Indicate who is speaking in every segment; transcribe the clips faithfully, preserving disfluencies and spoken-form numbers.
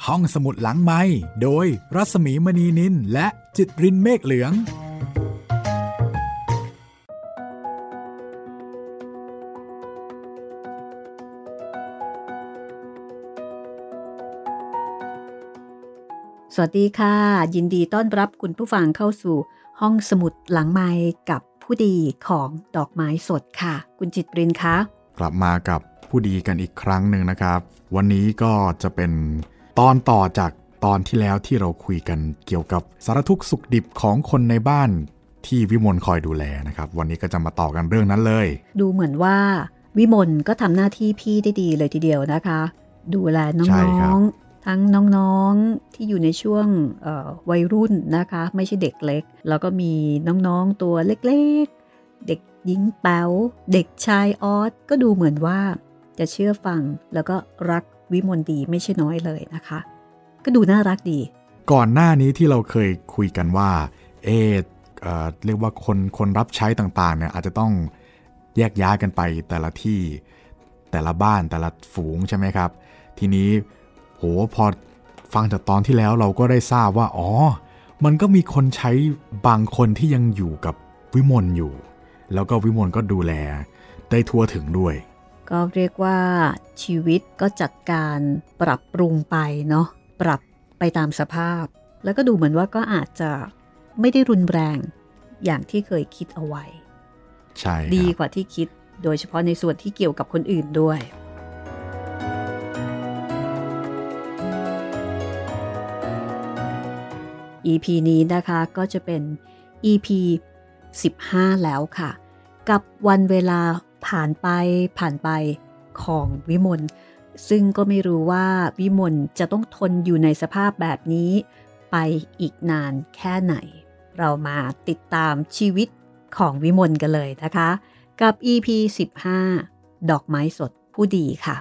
Speaker 1: ห้องสมุดหลังไมค์โดยรัศมีมณีนินและจิตรินเมฆเหลือง
Speaker 2: สวัสดีค่ะยินดีต้อนรับคุณผู้ฟังเข้าสู่ห้องสมุดหลังไมค์กับผู้ดีของดอกไม้สดค่ะคุณจิตรินคะ
Speaker 1: กลับมากับผู้ดีกันอีกครั้งหนึ่งนะครับวันนี้ก็จะเป็นตอนต่อจากตอนที่แล้วที่เราคุยกันเกี่ยวกับสารทุกข์สุขดิบของคนในบ้านที่วิมลคอยดูแลนะครับวันนี้ก็จะมาต่อกันเรื่องนั้นเลยดูเหมือนว่าวิมลก็ทำหน้าที่พี่ได้ดีเลยทีเดียวนะคะดูแลน้องๆทั้งน้องๆที่อยู่ในช่วงวัยรุ่นนะคะไม่ใช่เด็กเล็กแล้วก็มีน้องๆตัวเล็กๆเด็กหญิงแป๋วเด็กชายออสก็ดูเหมือนว่าจะเชื่อฟังแล้วก็รักวิมลดีไม่ใช่น้อยเลยนะคะก็ดูน่ารักดีก่อนหน้านี้ที่เราเคยคุยกันว่าเอเอ่อเรียกว่าคนคนรับใช้ต่างๆเนี่ยอาจจะต้องแยกย้ายกันไปแต่ละที่แต่ละบ้านแต่ละฝูงใช่ไหมครับทีนี้โหพอฟังจากตอนที่แล้วเราก็ได้ทราบว่าอ๋อมันก็มีคนใช้บางคนที่ยังอยู่กับวิมลอยู่แล้วก็วิมลก็ดูแลได้ทั่วถึงด้วยก็เรียกว่าชีวิตก็จัดการปรับปรุงไปเนาะปรับไปตามสภาพแล้วก็ดูเหมือนว่าก็อาจจะไม่ได้รุนแรงอย่างที่เคยคิดเอาไว้ใช่ดีกว่าที่คิดโดยเฉพาะในส่วนที่เกี่ยวกับคนอื่นด้วยอี พี นี้นะคะก็จะเป็น อี พี สิบห้าแล้วค่ะกับวันเวลาผ่านไปผ่านไปของวิมลซึ่งก็ไม่รู้ว่าวิมลจะต้องทนอยู่ในสภาพแบบนี้ไปอีกนานแค่ไหนเรามาติดตามชีวิตของวิมลกันเลยนะคะกับ อี พี สิบห้า ดอกไม้สดผู้ดีค่ะ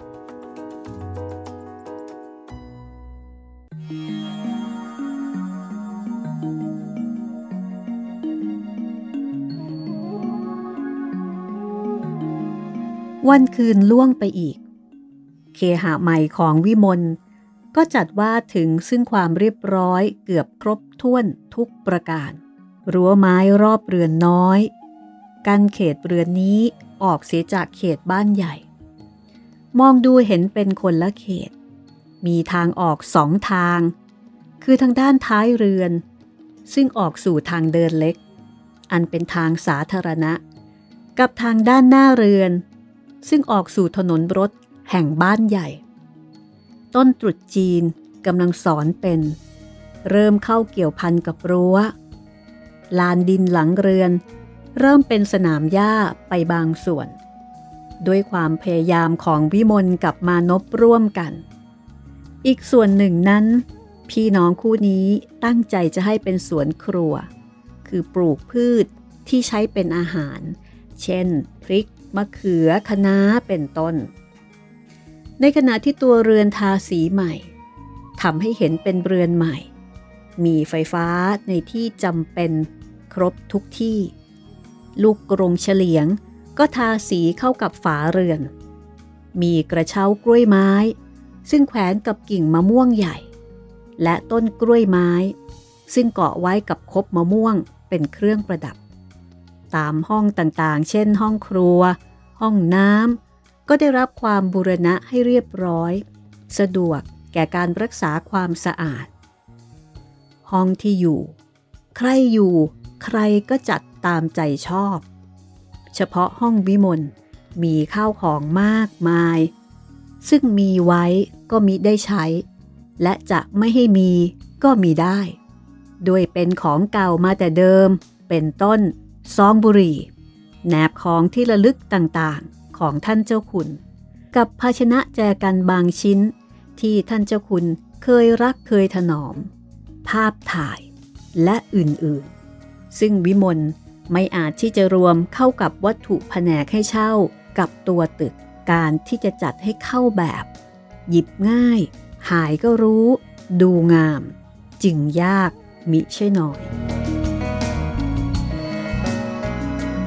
Speaker 1: วันคืนล่วงไปอีกเคหะใหม่ของวิมลก็จัดว่าถึงซึ่งความเรียบร้อยเกือบครบถ้วนทุกประการรั้วไม้รอบเรือนน้อยกั้นเขตเรือนนี้ออกเสียจากเขตบ้านใหญ่มองดูเห็นเป็นคนละเขตมีทางออกสองทางคือทางด้านท้ายเรือนซึ่งออกสู่ทางเดินเล็กอันเป็นทางสาธารณะกับทางด้านหน้าเรือนซึ่งออกสู่ถนนรถแห่งบ้านใหญ่ต้นตรุษจีนกำลังสอนเป็นเริ่มเข้าเกี่ยวพันกับรั้วลานดินหลังเรือนเริ่มเป็นสนามหญ้าไปบางส่วนด้วยความพยายามของวิมลกับมานพร่วมกันอีกส่วนหนึ่งนั้นพี่น้องคู่นี้ตั้งใจจะให้เป็นสวนครัวคือปลูกพืชที่ใช้เป็นอาหารเช่นพริกมะเขือคะน้าเป็นต้นในขณะที่ตัวเรือนทาสีใหม่ทำให้เห็นเป็นเรือนใหม่มีไฟฟ้าในที่จำเป็นครบทุกที่ลูกกรงเฉลียงก็ทาสีเข้ากับฝาเรือนมีกระเช้ากล้วยไม้ซึ่งแขวนกับกิ่งมะม่วงใหญ่และต้นกล้วยไม้ซึ่งเกาะไว้กับคบมะม่วงเป็นเครื่องประดับตามห้องต่างๆเช่นห้องครัวห้องน้ำก็ได้รับความบูรณะให้เรียบร้อยสะดวกแก่การรักษาความสะอาดห้องที่อยู่ใครอยู่ใครก็จัดตามใจชอบเฉพาะห้องวิมลมีข้าวของมากมายซึ่งมีไว้ก็มิได้ใช้และจะไม่ให้มีก็มีได้โดยเป็นของเก่ามาแต่เดิมเป็นต้นซองบุหรี่แหนบของที่ระลึกต่างๆของท่านเจ้าคุณกับภาชนะแจกันบางชิ้นที่ท่านเจ้าคุณเคยรักเคยถนอมภาพถ่ายและอื่นๆซึ่งวิมลไม่อาจที่จะรวมเข้ากับวัตถุแผนกให้เช่ากับตัวตึกการที่จะจัดให้เข้าแบบหยิบง่ายหายก็รู้ดูงามจึงยากมิใช่น้อย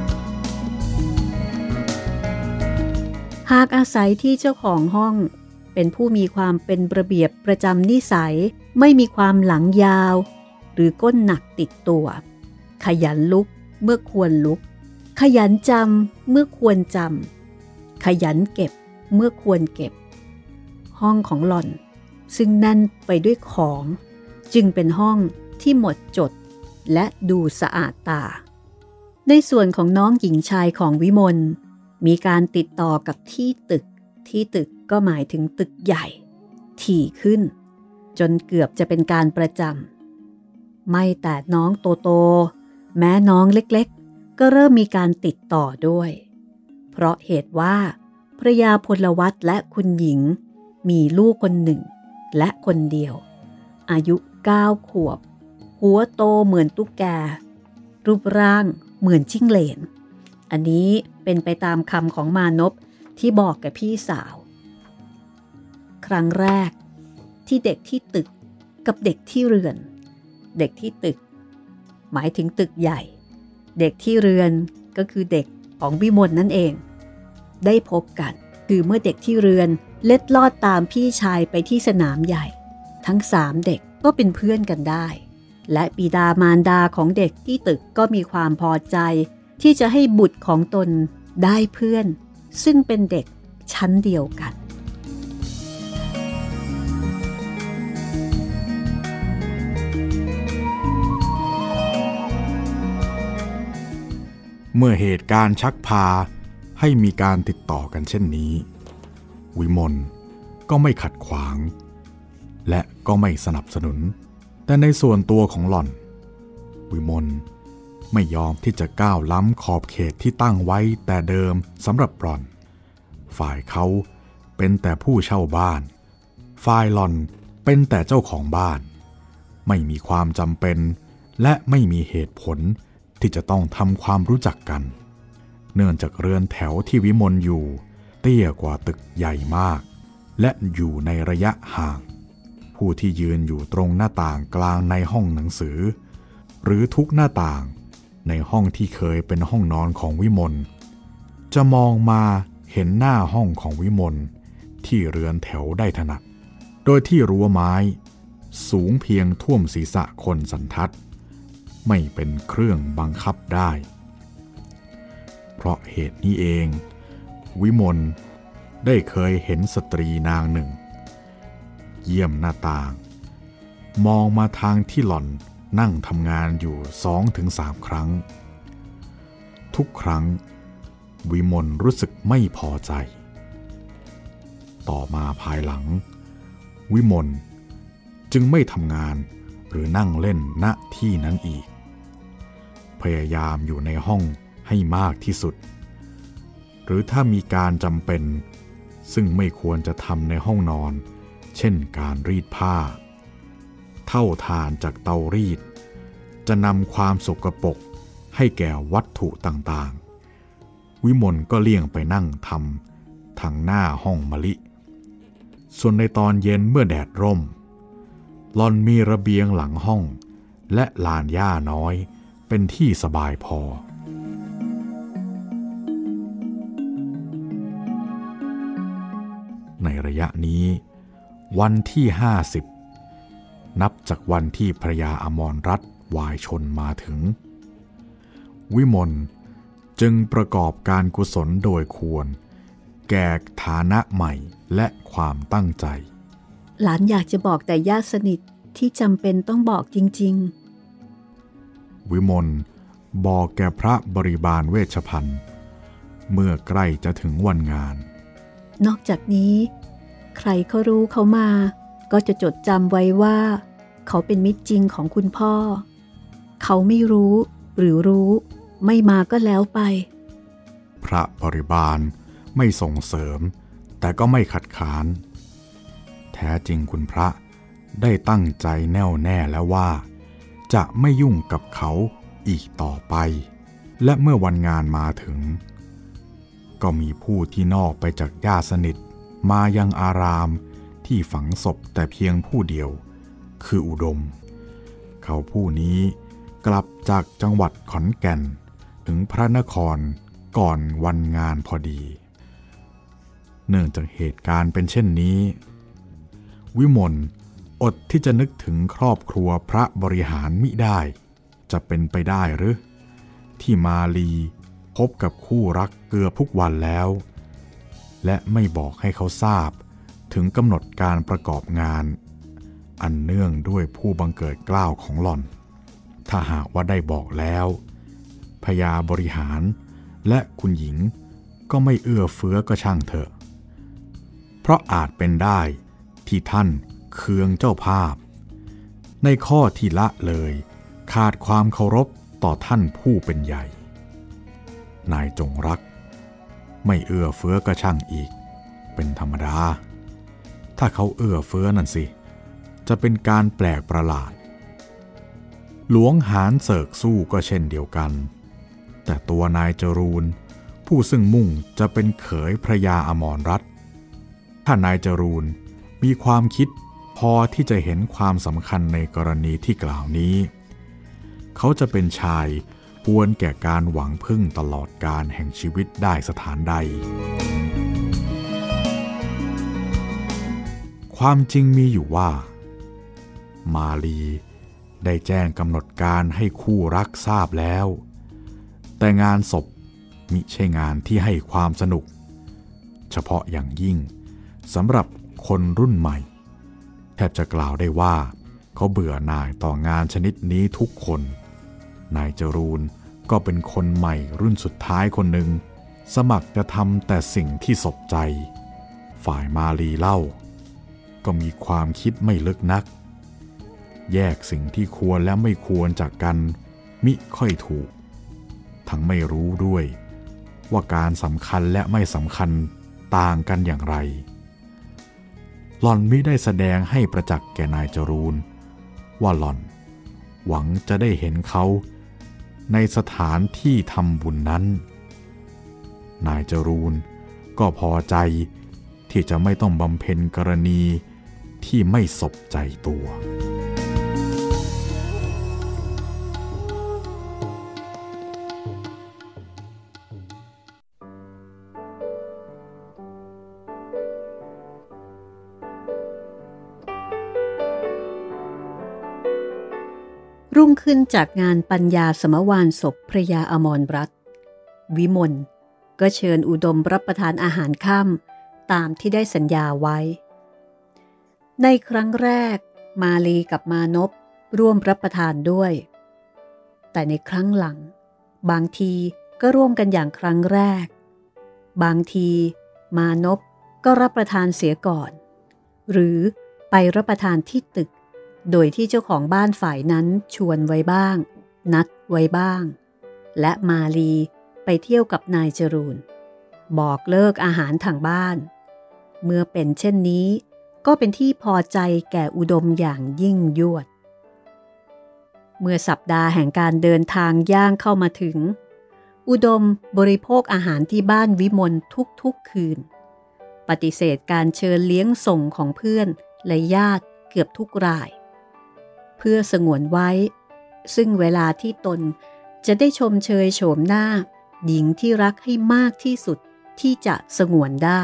Speaker 1: หากอาศัยที่เจ้าของห้องเป็นผู้มีความเป็นระเบียบประจำนิสัยไม่มีความหลังยาวหรือก้นหนักติดตัวขยันลุกเมื่อควรลุกขยันจำเมื่อควรจำขยันเก็บเมื่อควรเก็บห้องของหล่อนซึ่งแน่นไปด้วยของจึงเป็นห้องที่หมดจดและดูสะอาดตาในส่วนของน้องหญิงชายของวิมลมีการติดต่อกับที่ตึกที่ตึกก็หมายถึงตึกใหญ่ถี่ขึ้นจนเกือบจะเป็นการประจำไม่แต่น้องโตโตแม้น้องเล็กๆก็เริ่มมีการติดต่อด้วยเพราะเหตุว่าพระยาพลวัตและคุณหญิงมีลูกคนหนึ่งและคนเดียวอายุเก้าขวบหัวโตเหมือนตุ๊กแกรูปร่างเหมือนจิ้งเหลนอันนี้เป็นไปตามคำของมานพที่บอกกับพี่สาวครั้งแรกที่เด็กที่ตึกกับเด็กที่เรือนเด็กที่ตึกหมายถึงตึกใหญ่เด็กที่เรือนก็คือเด็กของวิมลนั่นเองได้พบกันคือเมื่อเด็กที่เรือนเล็ดลอดตามพี่ชายไปที่สนามใหญ่ทั้งสามเด็กก็เป็นเพื่อนกันได้และบิดามารดาของเด็กที่ตึกก็มีความพอใจที่จะให้บุตรของตนได้เพื่อนซึ่งเป็นเด็กชั้นเดียวกัน
Speaker 3: เมื่อเหตุการณ์ชักพาให้มีการติดต่อกันเช่นนี้วิมลก็ไม่ขัดขวางและก็ไม่สนับสนุนแต่ในส่วนตัวของหล่อนวิมลไม่ยอมที่จะก้าวล้ำขอบเขตที่ตั้งไว้แต่เดิมสำหรับหล่อนฝ่ายเขาเป็นแต่ผู้เช่าบ้านฝ่ายหล่อนเป็นแต่เจ้าของบ้านไม่มีความจำเป็นและไม่มีเหตุผลที่จะต้องทำความรู้จักกันเนื่องจากเรือนแถวที่วิมลอยู่เตี้ยกว่าตึกใหญ่มากและอยู่ในระยะห่างผู้ที่ยืนอยู่ตรงหน้าต่างกลางในห้องหนังสือหรือทุกหน้าต่างในห้องที่เคยเป็นห้องนอนของวิมลจะมองมาเห็นหน้าห้องของวิมลที่เรือนแถวได้ถนัดโดยที่รั้วไม้สูงเพียงท่วมศีรษะคนสันทัดไม่เป็นเครื่องบังคับได้เพราะเหตุนี้เองวิมลได้เคยเห็นสตรีนางหนึ่งเยี่ยมหน้าต่างมองมาทางที่หล่อนนั่งทำงานอยู่ สองถึงสาม ครั้งทุกครั้งวิมลรู้สึกไม่พอใจต่อมาภายหลังวิมลจึงไม่ทำงานหรือนั่งเล่นณที่นั้นอีกพยายามอยู่ในห้องให้มากที่สุดหรือถ้ามีการจำเป็นซึ่งไม่ควรจะทำในห้องนอนเช่นการรีดผ้าเท่าทานจากเตารีดจะนำความสกปรกให้แก่วัตถุต่างๆวิมลก็เลี่ยงไปนั่งทำทางหน้าห้องมะลิส่วนในตอนเย็นเมื่อแดดร่มหล่อนมีระเบียงหลังห้องและลานหญ้าน้อยเป็นที่สบายพอในระยะนี้วันที่ห้าสิบนับจากวันที่พระยาอมรรัตน์วายชนมาถึงวิมลจึงประกอบการกุศลโดยควรแก่ฐานะใหม่และความตั้งใจ
Speaker 1: หลานอยากจะบอกแต่ญาติสนิทที่จำเป็นต้องบอกจริง
Speaker 3: ๆวิมลบอกแก่พระบริบาลเวชภัณฑ์เมื่อใกล้จะถึงวันงาน
Speaker 1: นอกจากนี้ใครเขารู้เขามาก็จะจดจำไว้ว่าเขาเป็นมิตรจริงของคุณพ่อเขาไม่รู้หรือรู้ไม่มาก็แล้วไป
Speaker 3: พระบริบาลไม่ส่งเสริมแต่ก็ไม่ขัดขานแท้จริงคุณพระได้ตั้งใจแน่วแน่แล้วว่าจะไม่ยุ่งกับเขาอีกต่อไปและเมื่อวันงานมาถึงก็มีผู้ที่นอกไปจากญาติสนิทมายังอารามที่ฝังศพแต่เพียงผู้เดียวคืออุดมเขาผู้นี้กลับจากจังหวัดขอนแก่นถึงพระนครก่อนวันงานพอดีเนื่องจากเหตุการณ์เป็นเช่นนี้วิมลอดที่จะนึกถึงครอบครัวพระบริหารมิได้จะเป็นไปได้หรือที่มาลีพบกับคู่รักเกือบทุกวันแล้วและไม่บอกให้เขาทราบถึงกำหนดการประกอบงานอันเนื่องด้วยผู้บังเกิดเกล้าของหล่อนถ้าหากว่าได้บอกแล้วพญาบริหารและคุณหญิงก็ไม่เอื้อเฟื้อก็ช่างเถอะเพราะอาจเป็นได้ที่ท่านเคืองเจ้าภาพในข้อที่ละเลยขาดความเคารพต่อท่านผู้เป็นใหญ่นายจงรักไม่เอื้อเฟื้อก็ช่างอีกเป็นธรรมดาถ้าเขาเอื้อเฟื้อนั่นสิจะเป็นการแปลกประหลาดหลวงหานเสกสู้ก็เช่นเดียวกันแต่ตัวนายจรูนผู้ซึ่งมุ่งจะเป็นเขยพระยาอมรรัตน์ถ้านายจรูนมีความคิดพอที่จะเห็นความสำคัญในกรณีที่กล่าวนี้เขาจะเป็นชายควรแก่การหวังพึ่งตลอดกาลแห่งชีวิตได้สถานใดความจริงมีอยู่ว่ามาลีได้แจ้งกำหนดการให้คู่รักทราบแล้วแต่งานศพมิใช่งานที่ให้ความสนุกเฉพาะอย่างยิ่งสำหรับคนรุ่นใหม่แทบจะกล่าวได้ว่าเขาเบื่อหน่ายต่องานชนิดนี้ทุกคนนายจรูนก็เป็นคนใหม่รุ่นสุดท้ายคนหนึ่งสมัครจะทำแต่สิ่งที่สบใจฝ่ายมาลีเล่าก็มีความคิดไม่ลึกนักแยกสิ่งที่ควรและไม่ควรจากกันมิค่อยถูกทั้งไม่รู้ด้วยว่าการสำคัญและไม่สำคัญต่างกันอย่างไรหล่อนมิได้แสดงให้ประจักษ์แก่นายจรูนว่าหล่อนหวังจะได้เห็นเขาในสถานที่ทำบุญนั้นนายจรูนก็พอใจที่จะไม่ต้องบำเพ็ญกรณีที่ไม่สบใจตัว
Speaker 1: รุ่งขึ้นจากงานปัญญาสมวานศพพระยาอมรรัตน์วิมลก็เชิญอุดมรับประทานอาหารค่ำตามที่ได้สัญญาไว้ในครั้งแรกมาลีกับมานพร่วมรับประทานด้วยแต่ในครั้งหลังบางทีก็ร่วมกันอย่างครั้งแรกบางทีมานพก็รับประทานเสียก่อนหรือไปรับประทานที่ตึกโดยที่เจ้าของบ้านฝ่ายนั้นชวนไว้บ้างนัดไว้บ้างและมาลีไปเที่ยวกับนายจรูนบอกเลิกอาหารทางบ้านเมื่อเป็นเช่นนี้ก็เป็นที่พอใจแก่อุดมอย่างยิ่งยวดเมื่อสัปดาห์แห่งการเดินทางย่างเข้ามาถึงอุดมบริโภคอาหารที่บ้านวิมลทุกๆคืนปฏิเสธการเชิญเลี้ยงส่งของเพื่อนและญาติเกือบทุกรายเพื่อสงวนไว้ซึ่งเวลาที่ตนจะได้ชมเชยโฉมหน้าหญิงที่รักให้มากที่สุดที่จะสงวนได้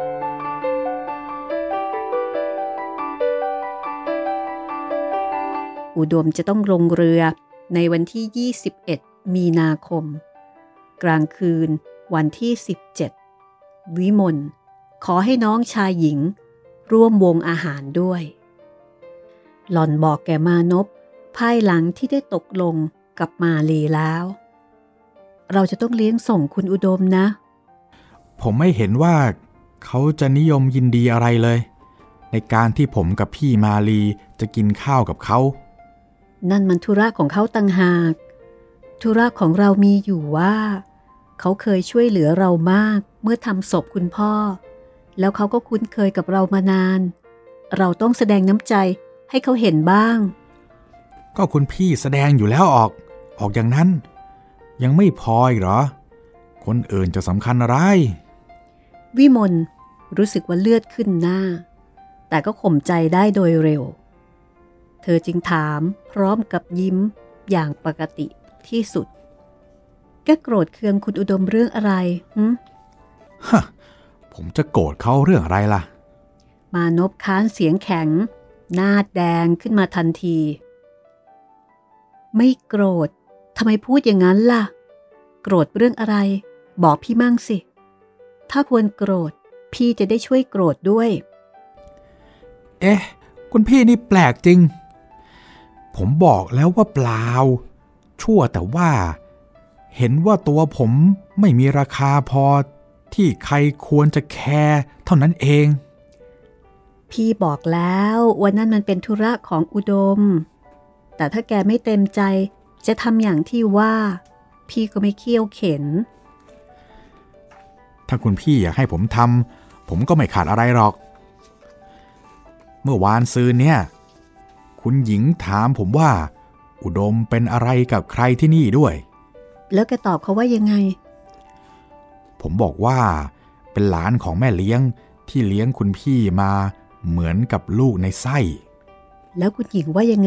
Speaker 1: อุดมจะต้องลงเรือในวันที่ยี่สิบเอ็ดมีนาคมกลางคืนวันที่สิบเจ็ดวิมลขอให้น้องชายหญิงร่วมวงอาหารด้วยหล่อนบอกแกมานพภายหลังที่ได้ตกลงกับมาลีแล้วเราจะต้องเลี้ยงส่งคุณอุดมนะ
Speaker 3: ผมไม่เห็นว่าเขาจะนิยมยินดีอะไรเลยในการที่ผมกับพี่มาลีจะกินข้าวกับเขา
Speaker 1: นั่นมันธุระของเขาต่างหากธุระของเรามีอยู่ว่าเขาเคยช่วยเหลือเรามากเมื่อทำศพคุณพ่อแล้วเขาก็คุ้นเคยกับเรามานานเราต้องแสดงน้ำใจให้เขาเห็นบ้าง
Speaker 3: ก็คุณพี่แสดงอยู่แล้วออกออกอย่างนั้นยังไม่พออีกเหรอคนอื่นจะสำคัญอะไร
Speaker 1: วิมลรู้สึกว่าเลือดขึ้นหน้าแต่ก็ข่มใจได้โดยเร็วเธอจึงถามพร้อมกับยิ้มอย่างปกติที่สุดแกโกรธเคืองคุณอุดมเรื่องอะไรหึ
Speaker 3: ฮะผมจะโกรธเขาเรื่องอะไรล่ะ
Speaker 1: มานพค้านเสียงแข็งหน้าแดงขึ้นมาทันทีไม่โกรธทำไมพูดอย่างนั้นล่ะโกรธเรื่องอะไรบอกพี่มั่งสิถ้าควรโกรธพี่จะได้ช่วยโกรธด้วย
Speaker 3: เอ๊ะคุณพี่นี่แปลกจริงผมบอกแล้วว่าเปล่าชั่วแต่ว่าเห็นว่าตัวผมไม่มีราคาพอที่ใครควรจะแคร์เท่านั้นเอง
Speaker 1: พี่บอกแล้วว่านั่นมันเป็นธุระของอุดมแต่ถ้าแกไม่เต็มใจจะทำอย่างที่ว่าพี่ก็ไม่เคี่ยวเข็น
Speaker 3: ถ้าคุณพี่อยากให้ผมทำผมก็ไม่ขาดอะไรหรอกเมื่อวานซืนเนี่ยคุณหญิงถามผมว่าอุดมเป็นอะไรกับใครที่นี่ด้วย
Speaker 1: แล้วแกตอบเขาว่ายังไง
Speaker 3: ผมบอกว่าเป็นหลานของแม่เลี้ยงที่เลี้ยงคุณพี่มาเหมือนกับลูกในไส้
Speaker 1: แล้วคุณหญิงว่ายังไง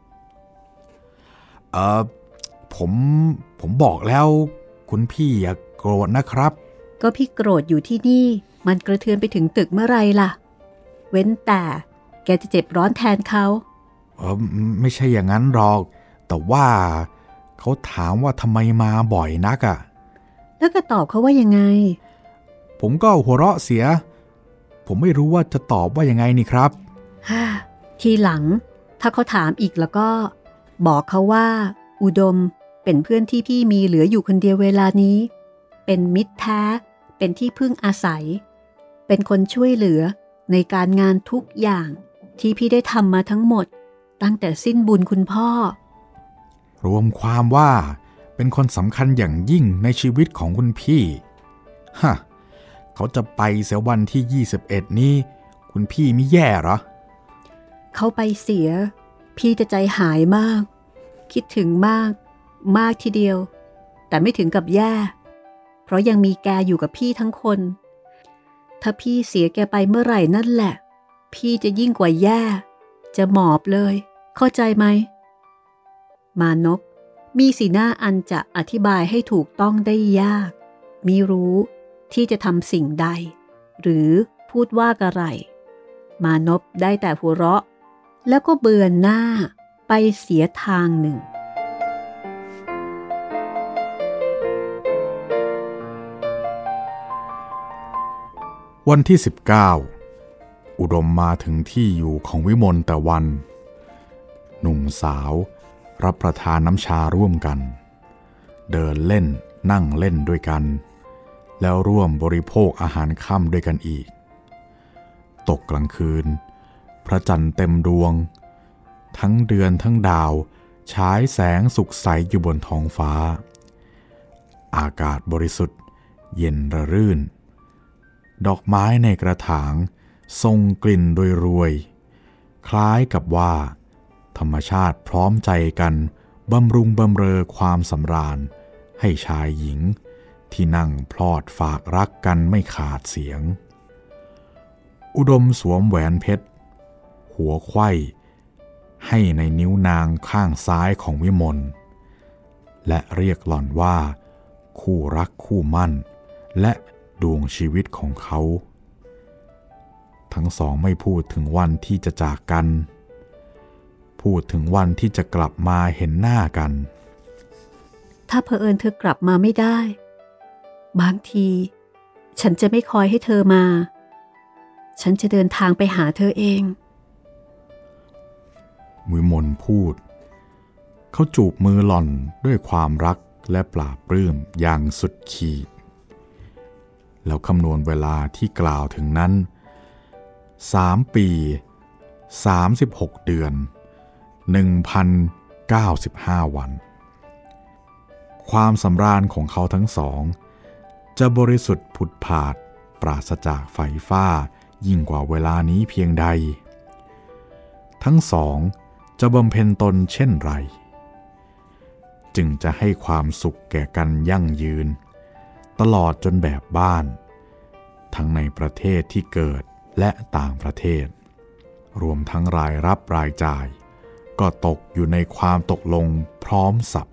Speaker 3: เออผมผมบอกแล้วคุณพี่อย่าโกรธนะครับ
Speaker 1: ก็พี่โกรธอยู่ที่นี่มันกระเทือนไปถึงตึกเมื่อไรล่ะเว้นแต่แกจะเจ็บร้อนแทนเขา
Speaker 3: เออไม่ใช่อย่างนั้นหรอกแต่ว่าเขาถามว่าทำไมมาบ่อยนักอ่ะ
Speaker 1: แล้วก็ตอบเขาว่ายังไง
Speaker 3: ผมก็หัวเราะเสียผมไม่รู้ว่าจะตอบว่ายังไงนี่ครับ
Speaker 1: ฮ่าทีหลังถ้าเขาถามอีกแล้วก็บอกเขาว่าอุดมเป็นเพื่อนที่พี่มีเหลืออยู่คนเดียวเวลานี้เป็นมิตรแท้เป็นที่พึ่งอาศัยเป็นคนช่วยเหลือในการงานทุกอย่างที่พี่ได้ทำมาทั้งหมดตั้งแต่สิ้นบุญคุณพ่อ
Speaker 3: รวมความว่าเป็นคนสำคัญอย่างยิ่งในชีวิตของคุณพี่ฮะเขาจะไปเสียวันที่ยี่สิบเอ็ดนี้คุณพี่ไม่แย่เหรอ
Speaker 1: เขาไปเสียพี่จะใจหายมากคิดถึงมากมากทีเดียวแต่ไม่ถึงกับแย่เพราะยังมีแกอยู่กับพี่ทั้งคนถ้าพี่เสียแกไปเมื่อไหร่นั่นแหละพี่จะยิ่งกว่าแย่จะหมอบเลยเข้าใจไหมมานพมีสีหน้าอันจะอธิบายให้ถูกต้องได้ยากมิรู้ที่จะทำสิ่งใดหรือพูดว่าอะไรมานพได้แต่หัวเราะแล้วก็เบือนหน้าไปเสียทางหนึ่ง
Speaker 3: วันที่สิบเก้าอุดมมาถึงที่อยู่ของวิมลแต่วันหนุ่มสาวรับประทานน้ำชาร่วมกันเดินเล่นนั่งเล่นด้วยกันแล้วร่วมบริโภคอาหารค่ำด้วยกันอีกตกกลางคืนพระจันทร์เต็มดวงทั้งเดือนทั้งดาวฉายแสงสุกใสอยู่บนท้องฟ้าอากาศบริสุทธิ์เย็นระรื่นดอกไม้ในกระถางทรงกลิ่นโรยๆคล้ายกับว่าธรรมชาติพร้อมใจกันบำรุงบำเรอความสำราญให้ชายหญิงที่นั่งพลอดฝากรักกันไม่ขาดเสียงอุดมสวมแหวนเพชรหัวไขว้ให้ในนิ้วนางข้างซ้ายของวิมลและเรียกหล่อนว่าคู่รักคู่มั่นและดวงชีวิตของเขาทั้งสองไม่พูดถึงวันที่จะจากกันพูดถึงวันที่จะกลับมาเห็นหน้ากัน
Speaker 1: ถ้าเผอิญเธอกลับมาไม่ได้บางทีฉันจะไม่คอยให้เธอมาฉันจะเดินทางไปหาเธอเอง
Speaker 3: วิมลพูดเขาจูบมือหล่อนด้วยความรักและปลาบปลื้มอย่างสุดขีดแล้วคำนวณเวลาที่กล่าวถึงนั้นสามปีสามสิบหกเดือนหนึ่งพันเก้าสิบห้าวันความสำราญของเขาทั้งสองจะบริสุทธิ์ผุดผาดปราศจากไฟฟ้ายิ่งกว่าเวลานี้เพียงใดทั้งสองจะบำเพ็ญตนเช่นไรจึงจะให้ความสุขแก่กันยั่งยืนตลอดจนแบบบ้านทั้งในประเทศที่เกิดและต่างประเทศรวมทั้งรายรับรายจ่ายก็ตกอยู่ในความตกลงพร้อมสับ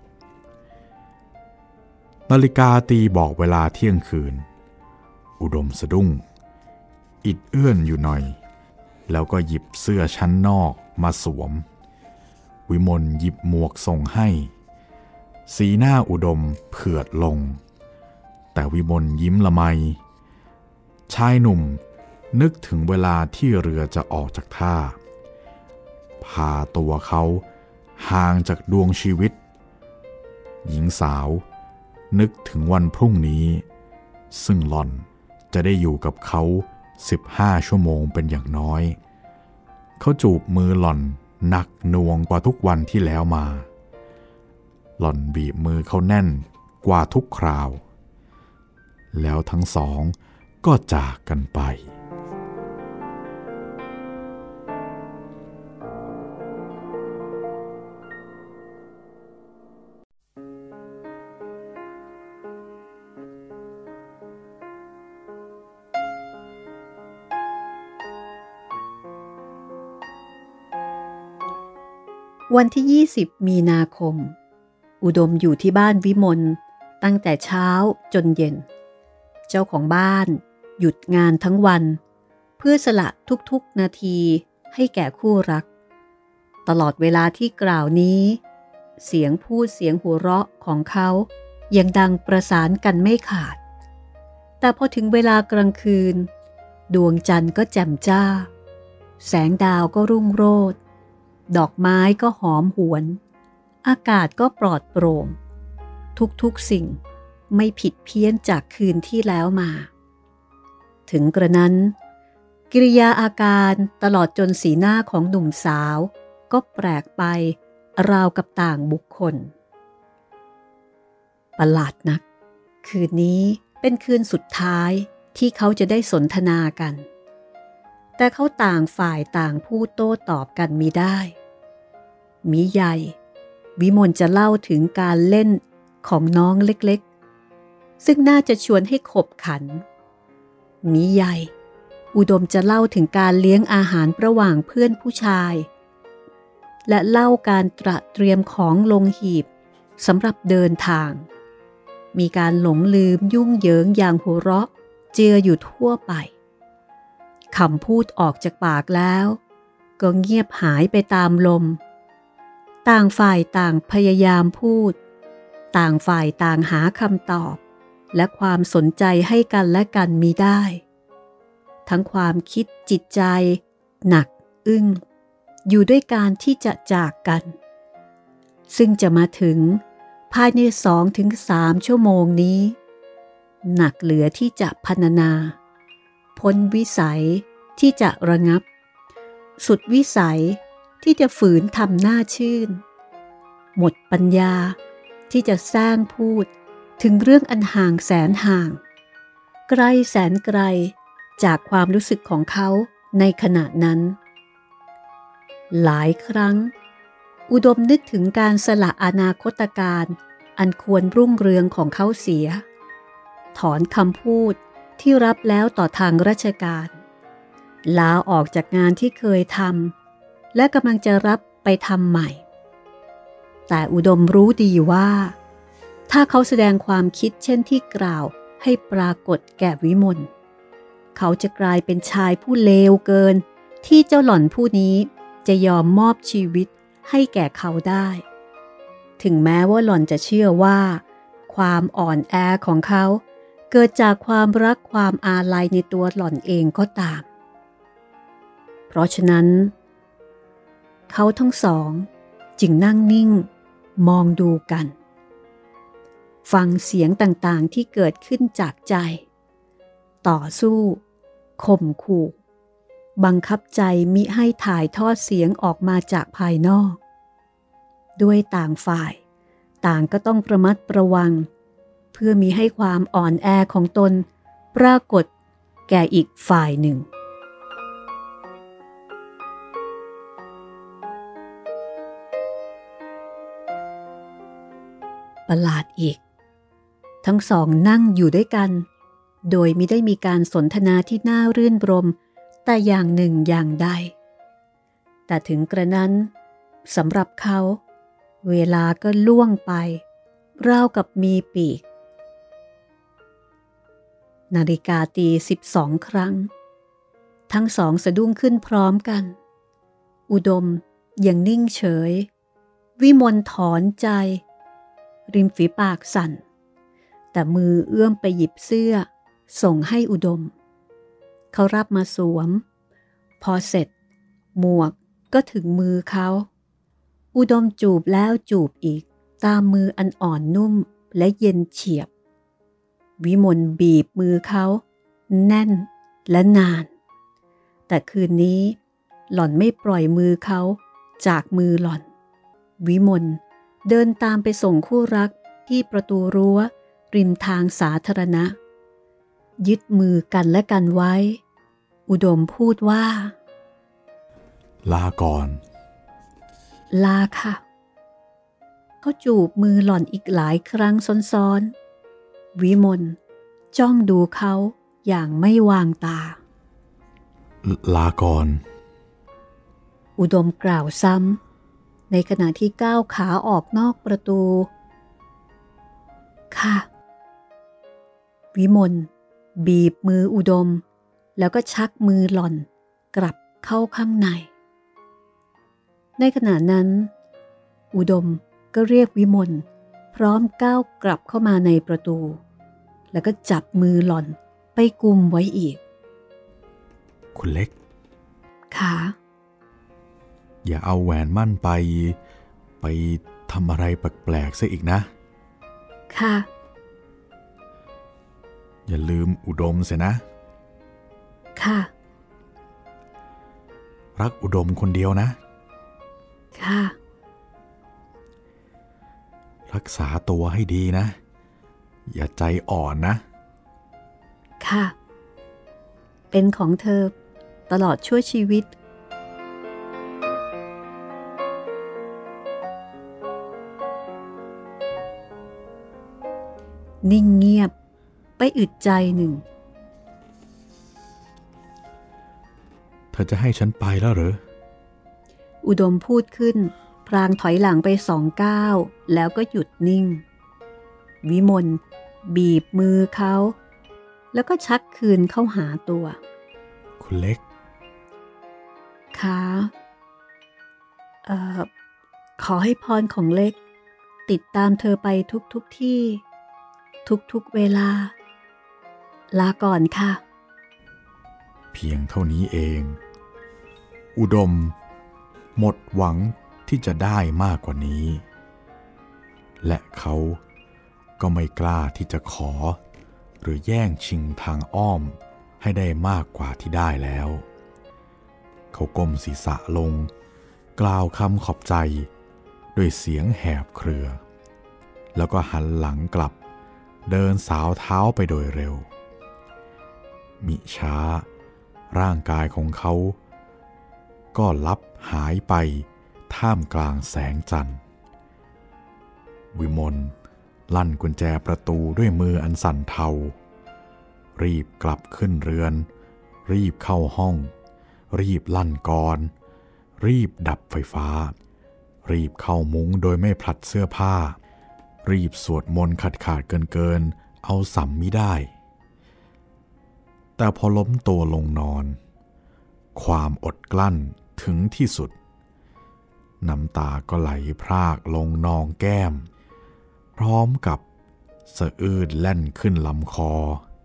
Speaker 3: นาฬิกาตีบอกเวลาเที่ยงคืนอุดมสะดุ้งอิดเอื้อนอยู่หน่อยแล้วก็หยิบเสื้อชั้นนอกมาสวมวิมลหยิบหมวกส่งให้สีหน้าอุดมเผือดลงแต่วิมลยิ้มละไมชายหนุ่มนึกถึงเวลาที่เรือจะออกจากท่าพาตัวเขาห่างจากดวงชีวิตหญิงสาวนึกถึงวันพรุ่งนี้ซึ่งหล่อนจะได้อยู่กับเขาสิบห้าชั่วโมงเป็นอย่างน้อยเขาจูบมือหล่อนหนักหน่วงกว่าทุกวันที่แล้วมาหล่อนบีบมือเขาแน่นกว่าทุกคราวแล้วทั้งสองก็จากกันไป
Speaker 1: วันที่ยี่สิบมีนาคมอุดมอยู่ที่บ้านวิมลตั้งแต่เช้าจนเย็นเจ้าของบ้านหยุดงานทั้งวันเพื่อสละทุกๆนาทีให้แก่คู่รักตลอดเวลาที่กล่าวนี้เสียงพูดเสียงหัวเราะของเขายังดังประสานกันไม่ขาดแต่พอถึงเวลากลางคืนดวงจันทร์ก็แจ่มจ้าแสงดาวก็รุ่งโรจน์ดอกไม้ก็หอมหวนอากาศก็ปลอดโปร่งทุกๆสิ่งไม่ผิดเพี้ยนจากคืนที่แล้วมาถึงกระนั้นกิริยาอาการตลอดจนสีหน้าของหนุ่มสาวก็แปลกไปราวกับต่างบุคคลประหลาดนักคืนนี้เป็นคืนสุดท้ายที่เขาจะได้สนทนากันแต่เขาต่างฝ่ายต่างพูดโต้ตอบกันมิได้มิใหญ่วิมลจะเล่าถึงการเล่นของน้องเล็กๆซึ่งน่าจะชวนให้ขบขันมิใหญ่อุดมจะเล่าถึงการเลี้ยงอาหารระหว่างเพื่อนผู้ชายและเล่าการตระเตรียมของลงหีบสำหรับเดินทางมีการหลงลืมยุ่งเหยิงอย่างหัวเราะเจืออยู่ทั่วไปคำพูดออกจากปากแล้วก็เงียบหายไปตามลมต่างฝ่ายต่างพยายามพูดต่างฝ่ายต่างหาคำตอบและความสนใจให้กันและกันมิได้ทั้งความคิดจิตใจหนักอึ้งอยู่ด้วยการที่จะจากกันซึ่งจะมาถึงภายในสองถึงสามชั่วโมงนี้หนักเหลือที่จะพรรณนาพ้นวิสัยที่จะระงับสุดวิสัยที่จะฝืนทำหน้าชื่นหมดปัญญาที่จะสร้างพูดถึงเรื่องอันห่างแสนห่างไกลแสนไกลจากความรู้สึกของเขาในขณะนั้นหลายครั้งอุดมนึกถึงการสละอนาคตการอันควรรุ่งเรืองของเขาเสียถอนคำพูดที่รับแล้วต่อทางราชการลาออกจากงานที่เคยทำและกำลังจะรับไปทำใหม่แต่อุดมรู้ดีว่าถ้าเขาแสดงความคิดเช่นที่กล่าวให้ปรากฏแก่วิมลเขาจะกลายเป็นชายผู้เลวเกินที่เจ้าหล่อนผู้นี้จะยอมมอบชีวิตให้แก่เขาได้ถึงแม้ว่าหล่อนจะเชื่อว่าความอ่อนแอของเขาเกิดจากความรักความอาลัยในตัวหล่อนเองก็ตามเพราะฉะนั้นเขาทั้งสองจึงนั่งนิ่งมองดูกันฟังเสียงต่างๆที่เกิดขึ้นจากใจต่อสู้ข่มขู่บังคับใจมิให้ถ่ายทอดเสียงออกมาจากภายนอกด้วยต่างฝ่ายต่างก็ต้องระมัดระวังเพื่อมิให้ความอ่อนแอของตนปรากฏแก่อีกฝ่ายหนึ่งประหลาดอีกทั้งสองนั่งอยู่ด้วยกันโดยมิได้มีการสนทนาที่น่ารื่นรมแต่อย่างหนึ่งอย่างใดแต่ถึงกระนั้นสำหรับเขาเวลาก็ล่วงไปราวกับมีปีกนาฬิกาตีสิบสองครั้งทั้งสองสะดุ้งขึ้นพร้อมกันอุดมยังนิ่งเฉยวิมลถอนใจริมฝีปากสั่นแต่มือเอื้อมไปหยิบเสื้อส่งให้อุดมเขารับมาสวมพอเสร็จหมวกก็ถึงมือเขาอุดมจูบแล้วจูบอีกตามมืออันอ่อนนุ่มและเย็นเฉียบวิมลบีบมือเขาแน่นและนานแต่คืนนี้หล่อนไม่ปล่อยมือเขาจากมือหล่อนวิมลเดินตามไปส่งคู่รักที่ประตูรั้วริมทางสาธารณะยึดมือกันและกันไว้อุดมพูดว่า
Speaker 3: ลาก่อน
Speaker 1: ลาค่ะเขาจูบมือหล่อนอีกหลายครั้งซ้อนๆวิมลจ้องดูเขาอย่างไม่วางตา
Speaker 3: ลาก่อน
Speaker 1: อุดมกล่าวซ้ำในขณะที่ก้าวขาออกนอกประตูค่ะวิมลบีบมืออุดมแล้วก็ชักมือหล่อนกลับเข้าข้างในในขณะนั้นอุดมก็เรียกวิมลพร้อมก้าวกลับเข้ามาในประตูแล้วก็จับมือหล่อนไปกุมไว้อีก
Speaker 3: คุณเล็ก
Speaker 1: ค่ะ
Speaker 3: อย่าเอาแหวนมั่นไปไปทำอะไรแปลกๆซะอีกนะ
Speaker 1: ค่ะ
Speaker 3: อย่าลืมอุดมเสียนะ
Speaker 1: ค่ะ
Speaker 3: รักอุดมคนเดียวนะ
Speaker 1: ค่ะ
Speaker 3: รักษาตัวให้ดีนะอย่าใจอ่อนนะ
Speaker 1: ค่ะเป็นของเธอตลอดชั่วชีวิตนิ่งเงียบไปอึดใจหนึ่ง
Speaker 3: เธอจะให้ฉันไปแล้วเหรอ
Speaker 1: อุดมพูดขึ้นพลางถอยหลังไปสองก้าวแล้วก็หยุดนิ่งวิมลบีบมือเขาแล้วก็ชักคืนเข้าหาตัว
Speaker 3: คุณเล็ก
Speaker 1: ค่ะเอ่อขอให้พรของเล็กติดตามเธอไปทุกๆที่ทุกๆเวลาลาก่อนค่ะ
Speaker 3: เพียงเท่านี้เองอุดมหมดหวังที่จะได้มากกว่านี้และเขาก็ไม่กล้าที่จะขอหรือแย่งชิงทางอ้อมให้ได้มากกว่าที่ได้แล้วเขาก้มศีรษะลงกล่าวคำขอบใจด้วยเสียงแหบเครือแล้วก็หันหลังกลับเดินสาวเท้าไปโดยเร็วมิช้าร่างกายของเขาก็ลับหายไปท่ามกลางแสงจันทร์วิมลลั่นกุญแจประตูด้วยมืออันสั่นเทารีบกลับขึ้นเรือนรีบเข้าห้องรีบลั่นกรรีบดับไฟฟ้ารีบเข้ามุ้งโดยไม่ผลัดเสื้อผ้ารีบสวดมนต์ขาดขาดเกินเกินเอาสัมมิได้แต่พอล้มตัวลงนอนความอดกลั้นถึงที่สุดน้ำตาก็ไหลพรากลงนองแก้มพร้อมกับสะอื้นแล่นขึ้นลำคอ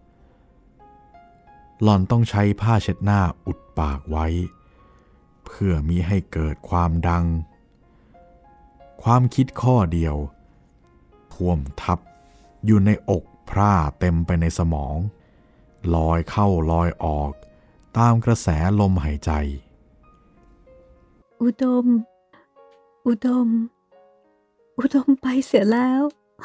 Speaker 3: หล่อนต้องใช้ผ้าเช็ดหน้าอุดปากไว้เพื่อมิให้เกิดความดังความคิดข้อเดียวท่วมทับอยู่ในอกพร่าเต็มไปในสมองลอยเข้าลอยออกตามกระแสลมหายใจ
Speaker 1: อุดมอุดมอุดมไปเสียแล้ว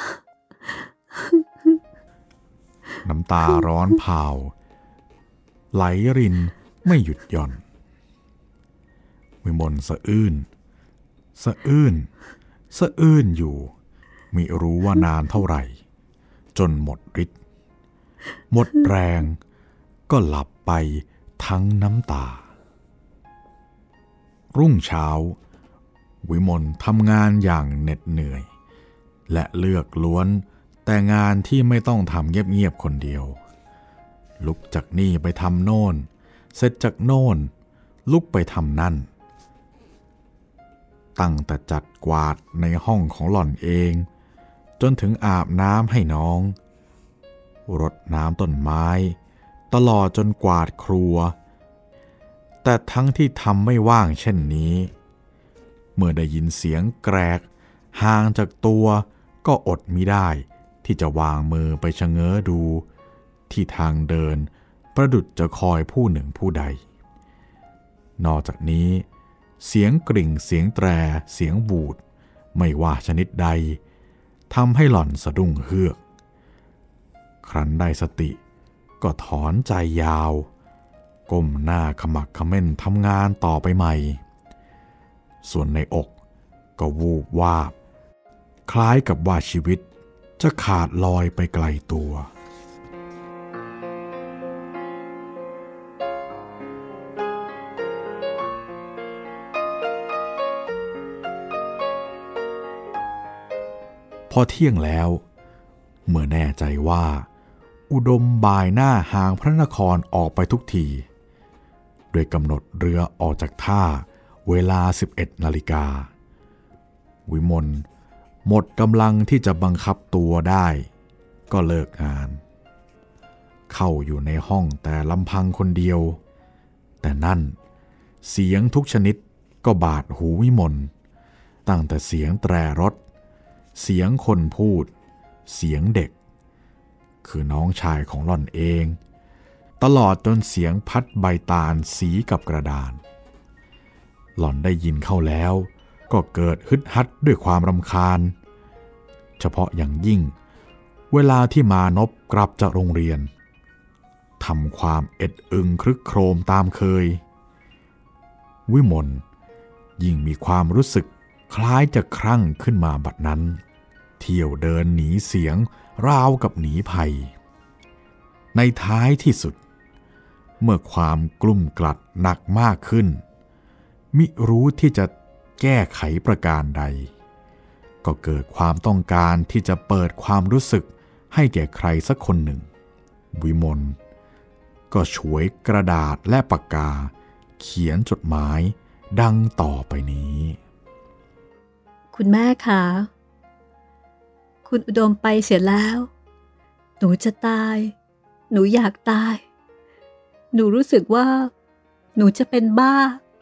Speaker 3: น้ำตาร้อนเผาไหลรินไม่หยุดหย่อนวิมลสะอื้นสะอื้นสะอื้นอยู่มิรู้ว่านานเท่าไหร่จนหมดฤทธิ์หมดแรงก็หลับไปทั้งน้ำตารุ่งเช้าวิมลทำงานอย่างเหน็ดเหนื่อยและเลือกล้วนแต่งานที่ไม่ต้องทำเงียบๆคนเดียวลุกจากนี่ไปทำโน่นเสร็จจากโน่นลุกไปทำนั่นตั้งแต่จัดกวาดในห้องของหล่อนเองจนถึงอาบน้ำให้น้องรดน้ำต้นไม้ตลอดจนกวาดครัวแต่ทั้งที่ทำไม่ว่างเช่นนี้เมื่อได้ยินเสียงแกรกห่างจากตัวก็อดมิได้ที่จะวางมือไปชะเง้อดูที่ทางเดินประดุจจะคอยผู้หนึ่งผู้ใดนอกจากนี้เสียงกริ่งเสียงแตรเสียงบูดไม่ว่าชนิดใดทำให้หล่อนสะดุ้งเฮือกครั้นได้สติก็ถอนใจยาวก้มหน้าขมักเขม้นทำงานต่อไปใหม่ส่วนในอกก็วูบวาบคล้ายกับว่าชีวิตจะขาดลอยไปไกลตัวพอเที่ยงแล้วเมื่อแน่ใจว่าอุดมบ่ายหน้าห่างพระนครออกไปทุกทีโดยกำหนดเรือออกจากท่าเวลาสิบเอ็ดนาฬิกาวิมลหมดกำลังที่จะบังคับตัวได้ก็เลิกงานเข้าอยู่ในห้องแต่ลำพังคนเดียวแต่นั่นเสียงทุกชนิดก็บาดหูวิมลตั้งแต่เสียงแตรรถเสียงคนพูดเสียงเด็กคือน้องชายของหล่อนเองตลอดจนเสียงพัดใบตาลสีกับกระดานหล่อนได้ยินเข้าแล้วก็เกิดฮึดฮัดด้วยความรำคาญเฉพาะอย่างยิ่งเวลาที่มานพกลับจากโรงเรียนทำความเอ็ดอึงครึกโครมตามเคยวิมลยิ่งมีความรู้สึกคล้ายจะครั่งขึ้นมาบัดนั้นเที่ยวเดินหนีเสียงราวกับหนีภัยในท้ายที่สุดเมื่อความกลุ้มกลัดหนักมากขึ้นมิรู้ที่จะแก้ไขประการใดก็เกิดความต้องการที่จะเปิดความรู้สึกให้แก่ใครสักคนหนึ่งวิมลก็ฉวยกระดาษและปากกาเขียนจดหมายดังต่อไปนี้
Speaker 2: คุณแม่คะคุณอุดมไปเสียแล้วหนูจะตายหนูอยากตายหนูรู้สึกว่าหนูจะเป็นบ้า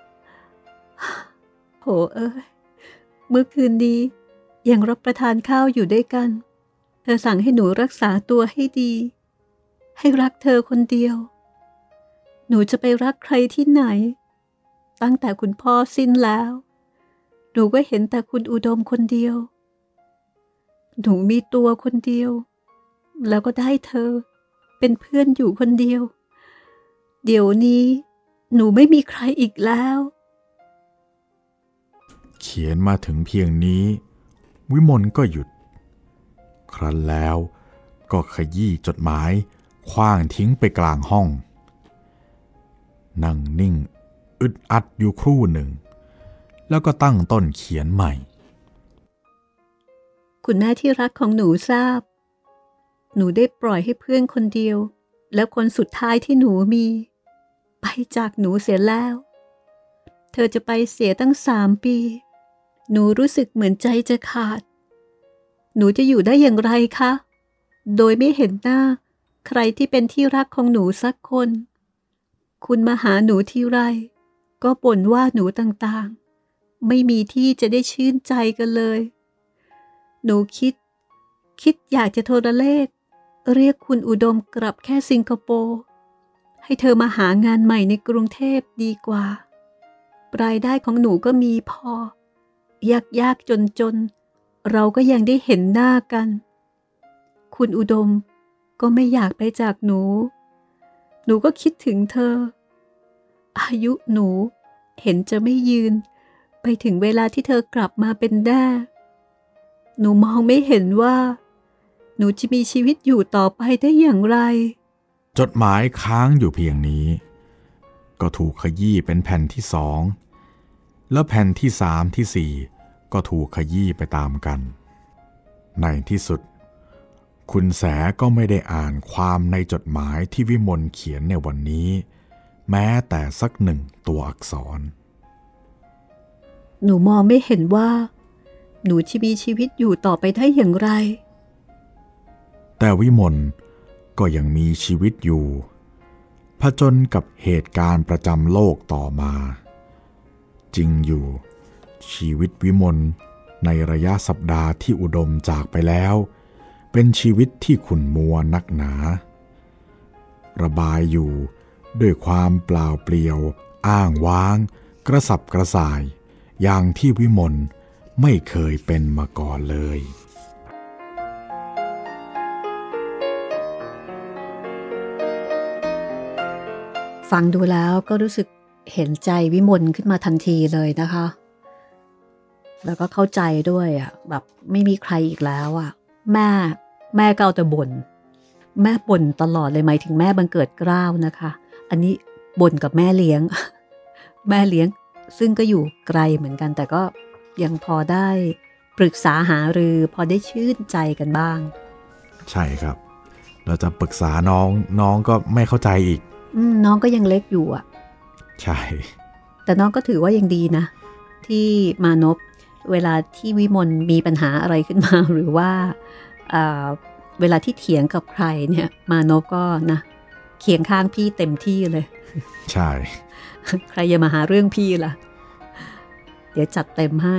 Speaker 2: โหเอ้ยเมื่อคืนนี้ยังรับประทานข้าวอยู่ด้วยกันเธอสั่งให้หนูรักษาตัวให้ดีให้รักเธอคนเดียวหนูจะไปรักใครที่ไหนตั้งแต่คุณพ่อสิ้นแล้วหนูก็เห็นแต่คุณอุดมคนเดียวหนูมีตัวคนเดียวแล้วก็ได้เธอเป็นเพื่อนอยู่คนเดียวเดี๋ยวนี้หนูไม่มีใครอีกแล้ว
Speaker 3: เขียนมาถึงเพียงนี้วิมลก็หยุดครั้นแล้วก็ขยี้จดหมายขว้างทิ้งไปกลางห้องนั่งนิ่งอึดอัดอยู่ครู่หนึ่งแล้วก็ตั้งต้นเขียนใหม่
Speaker 2: คุณแม่ที่รักของหนูทราบหนูได้ปล่อยให้เพื่อนคนเดียวและคนสุดท้ายที่หนูมีไปจากหนูเสียแล้วเธอจะไปเสียตั้งสามปีหนูรู้สึกเหมือนใจจะขาดหนูจะอยู่ได้อย่างไรคะโดยไม่เห็นหน้าใครที่เป็นที่รักของหนูสักคนคุณมาหาหนูทีไรก็บ่นว่าหนูต่างๆไม่มีที่จะได้ชื่นใจกันเลยหนูคิดคิดอยากจะโทรเลขเรียกคุณอุดมกลับแค่สิงคโปร์ให้เธอมาหางานใหม่ในกรุงเทพดีกว่ารายได้ของหนูก็มีพอยากยากจนจนเราก็ยังได้เห็นหน้ากันคุณอุดมก็ไม่อยากไปจากหนูหนูก็คิดถึงเธออายุหนูเห็นจะไม่ยืนไปถึงเวลาที่เธอกลับมาเป็นแน่หนูมองไม่เห็นว่าหนูจะมีชีวิตอยู่ต่อไปได้อย่างไร
Speaker 3: จดหมายค้างอยู่เพียงนี้ก็ถูกขยี้เป็นแผ่นที่สองแล้วแผ่นที่สามที่สี่ก็ถูกขยี้ไปตามกันในที่สุดคุณแสก็ไม่ได้อ่านความในจดหมายที่วิมลเขียนในวันนี้แม้แต่สักหนึ่งตัวอักษร
Speaker 2: หนูมองไม่เห็นว่าหนูจะมีชีวิตอยู่ต่อไปได้อย่างไร
Speaker 3: แต่วิมลก็ยังมีชีวิตอยู่ผจญกับเหตุการณ์ประจำโลกต่อมาจริงอยู่ชีวิตวิมลในระยะสัปดาห์ที่อุดมจากไปแล้วเป็นชีวิตที่ขุ่นมัวนักหนาระบายอยู่ด้วยความเปล่าเปลี่ยวอ้างว้างกระสับกระส่ายอย่างที่วิมลไม่เคยเป็นมาก่อนเลย
Speaker 2: ฟังดูแล้วก็รู้สึกเห็นใจวิมลขึ้นมาทันทีเลยนะคะแล้วก็เข้าใจด้วยอ่ะแบบไม่มีใครอีกแล้วอ่ะแม่แม่ก็เอาแต่บ่นแม่บ่นตลอดเลยหมายถึงแม่บังเกิดเกล้านะคะอันนี้บ่นกับแม่เลี้ยง แม่เลี้ยงซึ่งก็อยู่ไกลเหมือนกันแต่ก็ยังพอได้ปรึกษาหารือพอได้ชื่นใจกันบ้าง
Speaker 3: ใช่ครับเราจะปรึกษาน้องน้องก็ไม่เข้าใจอีก
Speaker 2: อืมน้องก็ยังเล็กอยู่อ่ะ
Speaker 3: ใช่
Speaker 2: แต่น้องก็ถือว่ายังดีนะที่มานพเวลาที่วิมลมีปัญหาอะไรขึ้นมาหรือว่าเอ่อเวลาที่เถียงกับใครเนี่ยมานพก็นะเคียงข้างพี่เต็มที่เลย
Speaker 3: ใช่
Speaker 2: ใครอย่ามาหาเรื่องพี่ล่ะเดี๋ยวจัดเต็มให้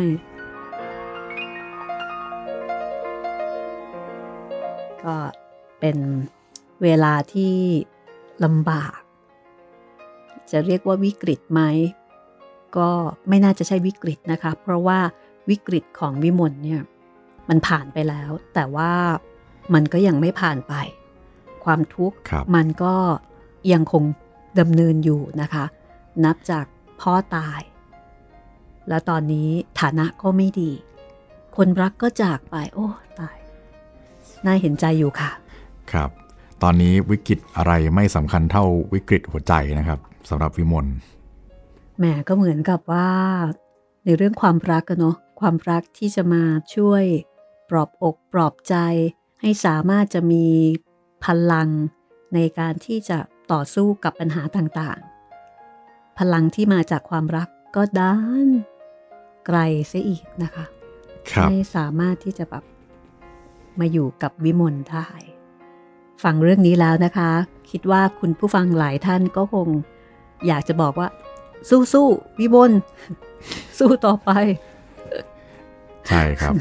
Speaker 2: ก็เป็นเวลาที่ลำบากจะเรียกว่าวิกฤตไหมก็ไม่น่าจะใช่วิกฤตนะคะเพราะว่าวิกฤตของวิมลเนี่ยมันผ่านไปแล้วแต่ว่ามันก็ยังไม่ผ่านไปความทุกข์มันก็ยังคงดำเนินอยู่นะคะนับจากพ่อตายแล้วตอนนี้ฐานะก็ไม่ดีคนรักก็จากไปโอ้ตายน่าเห็นใจอยู่ค่ะ
Speaker 3: ครับตอนนี้วิกฤตอะไรไม่สำคัญเท่าวิกฤตหัวใจนะครับสำหรับวิมล
Speaker 2: แหมก็เหมือนกับว่าในเรื่องความรักกันเนาะความรักที่จะมาช่วยปลอบอกปลอบใจให้สามารถจะมีพลังในการที่จะต่อสู้กับปัญหาต่างๆพลังที่มาจากความรักก็ด้านไกลซะอีกนะคะไม่สามารถที่จะแบบมาอยู่กับวิมลได้ฟังเรื่องนี้แล้วนะคะคิดว่าคุณผู้ฟังหลายท่านก็คงอยากจะบอกว่าสู้ๆวิมลสู้ต่อไป
Speaker 3: ใช่ครับ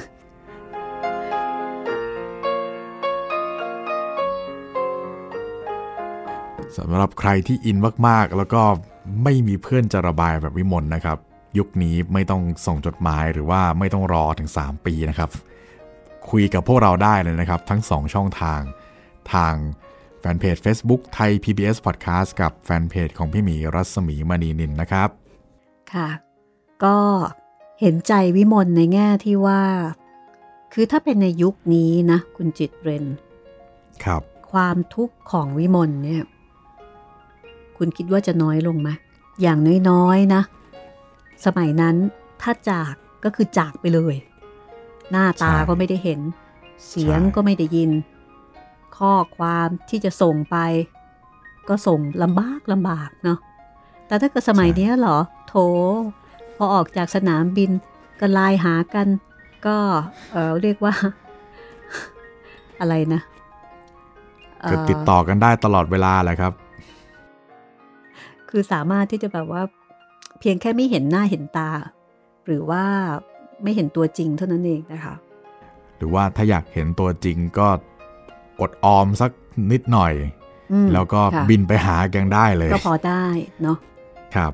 Speaker 3: สำหรับใครที่อินมากๆแล้วก็ไม่มีเพื่อนจะระบายแบบวิมลนะครับยุคนี้ไม่ต้องส่งจดหมายหรือว่าไม่ต้องรอถึงสามปีนะครับคุยกับพวกเราได้เลยนะครับทั้งสองช่องทางทางแฟนเพจ Facebook ไทย พี บี เอส Podcast กับแฟนเพจของพี่หมีรัศมีมณีนินนะครับ
Speaker 2: ค่ะก็เห็นใจวิมลในแง่ที่ว่าคือถ้าเป็นในยุคนี้นะคุณจิตเรน
Speaker 3: ครับ
Speaker 2: ความทุกข์ของวิมลเนี่ยคุณคิดว่าจะน้อยลงไหมอย่างน้อยๆนะสมัยนั้นถ้าจากก็คือจากไปเลยหน้าตาก็ไม่ได้เห็นเสียงก็ไม่ได้ยินข้อความที่จะส่งไปก็ส่งลำบากลำบากเนาะแต่ถ้าเกิดสมัยนี้เหรอโถพอออกจากสนามบินก็ไลน์หากันก็เออเรียกว่าอะไรนะ
Speaker 3: ก็ติดต่อกันได้ตลอดเวลาแหละครับ
Speaker 2: คือสามารถที่จะแบบว่าเพียงแค่ไม่เห็นหน้าเห็นตาหรือว่าไม่เห็นตัวจริงเท่านั้นเองนะคะ
Speaker 3: หรือว่าถ้าอยากเห็นตัวจริงก็อดออมสักนิดหน่อยแล้วก็บินไปหากันได้เลย
Speaker 2: ก็พอได้เนาะ
Speaker 3: ครับ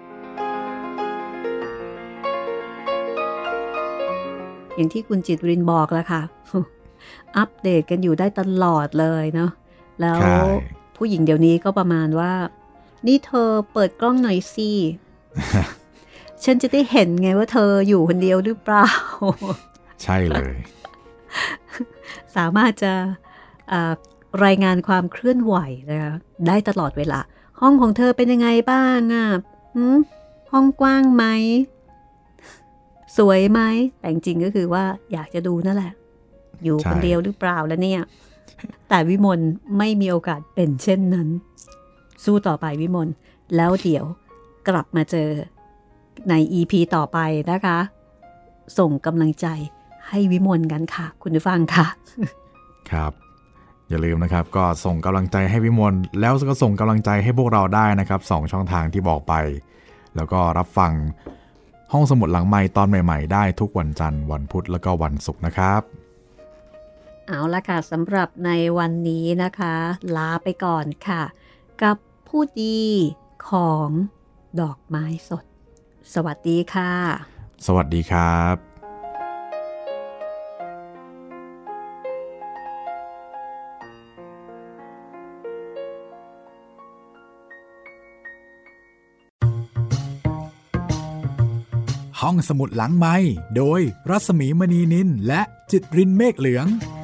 Speaker 2: อย่างที่คุณจิตรินบอกแล้วค่ะอัปเดตกันอยู่ได้ตลอดเลยเนาะแล้วผู้หญิงเดี๋ยวนี้ก็ประมาณว่านี่เธอเปิดกล้องหน่อยสิ ฉันจะได้เห็นไงว่าเธออยู่คนเดียวหรือเปล่า
Speaker 3: ใช่เลย
Speaker 2: สามารถจะรายงานความเคลื่อนไหวนะคะได้ตลอดเวลาห้องของเธอเป็นยังไงบ้างอ่ะห้องกว้างไหมสวยไหมแต่จริงก็คือว่าอยากจะดูนั่นแหละอยู่คนเดียวหรือเปล่าแล้วเนี่ยแต่วิมลไม่มีโอกาสเป็นเช่นนั้นสู้ต่อไปวิมล
Speaker 1: แล้วเดี๋ยวกลับมาเจอใน อี พี ต่อไปนะคะส่งกำลังใจให้วิมลกันค่ะคุณผู้ฟังค่ะ
Speaker 3: ครับอย่าลืมนะครับก็ส่งกำลังใจให้วิมลแล้วก็ส่งกำลังใจให้พวกเราได้นะครับสองช่องทางที่บอกไปแล้วก็รับฟังห้องสมุดหลังไมค์ตอนใหม่ๆได้ทุกวันจันทร์วันพุธแล้วก็วันศุกร์นะครับ
Speaker 1: เอาละค่ะสำหรับในวันนี้นะคะลาไปก่อนค่ะกับผู้ดีของดอกไม้สดสวัสดีค่ะ
Speaker 3: สวัสดีครับ
Speaker 4: ห้องสมุดหลังไมค์โดยรัศมีมณีนินและจิตรินเมฆเหลือง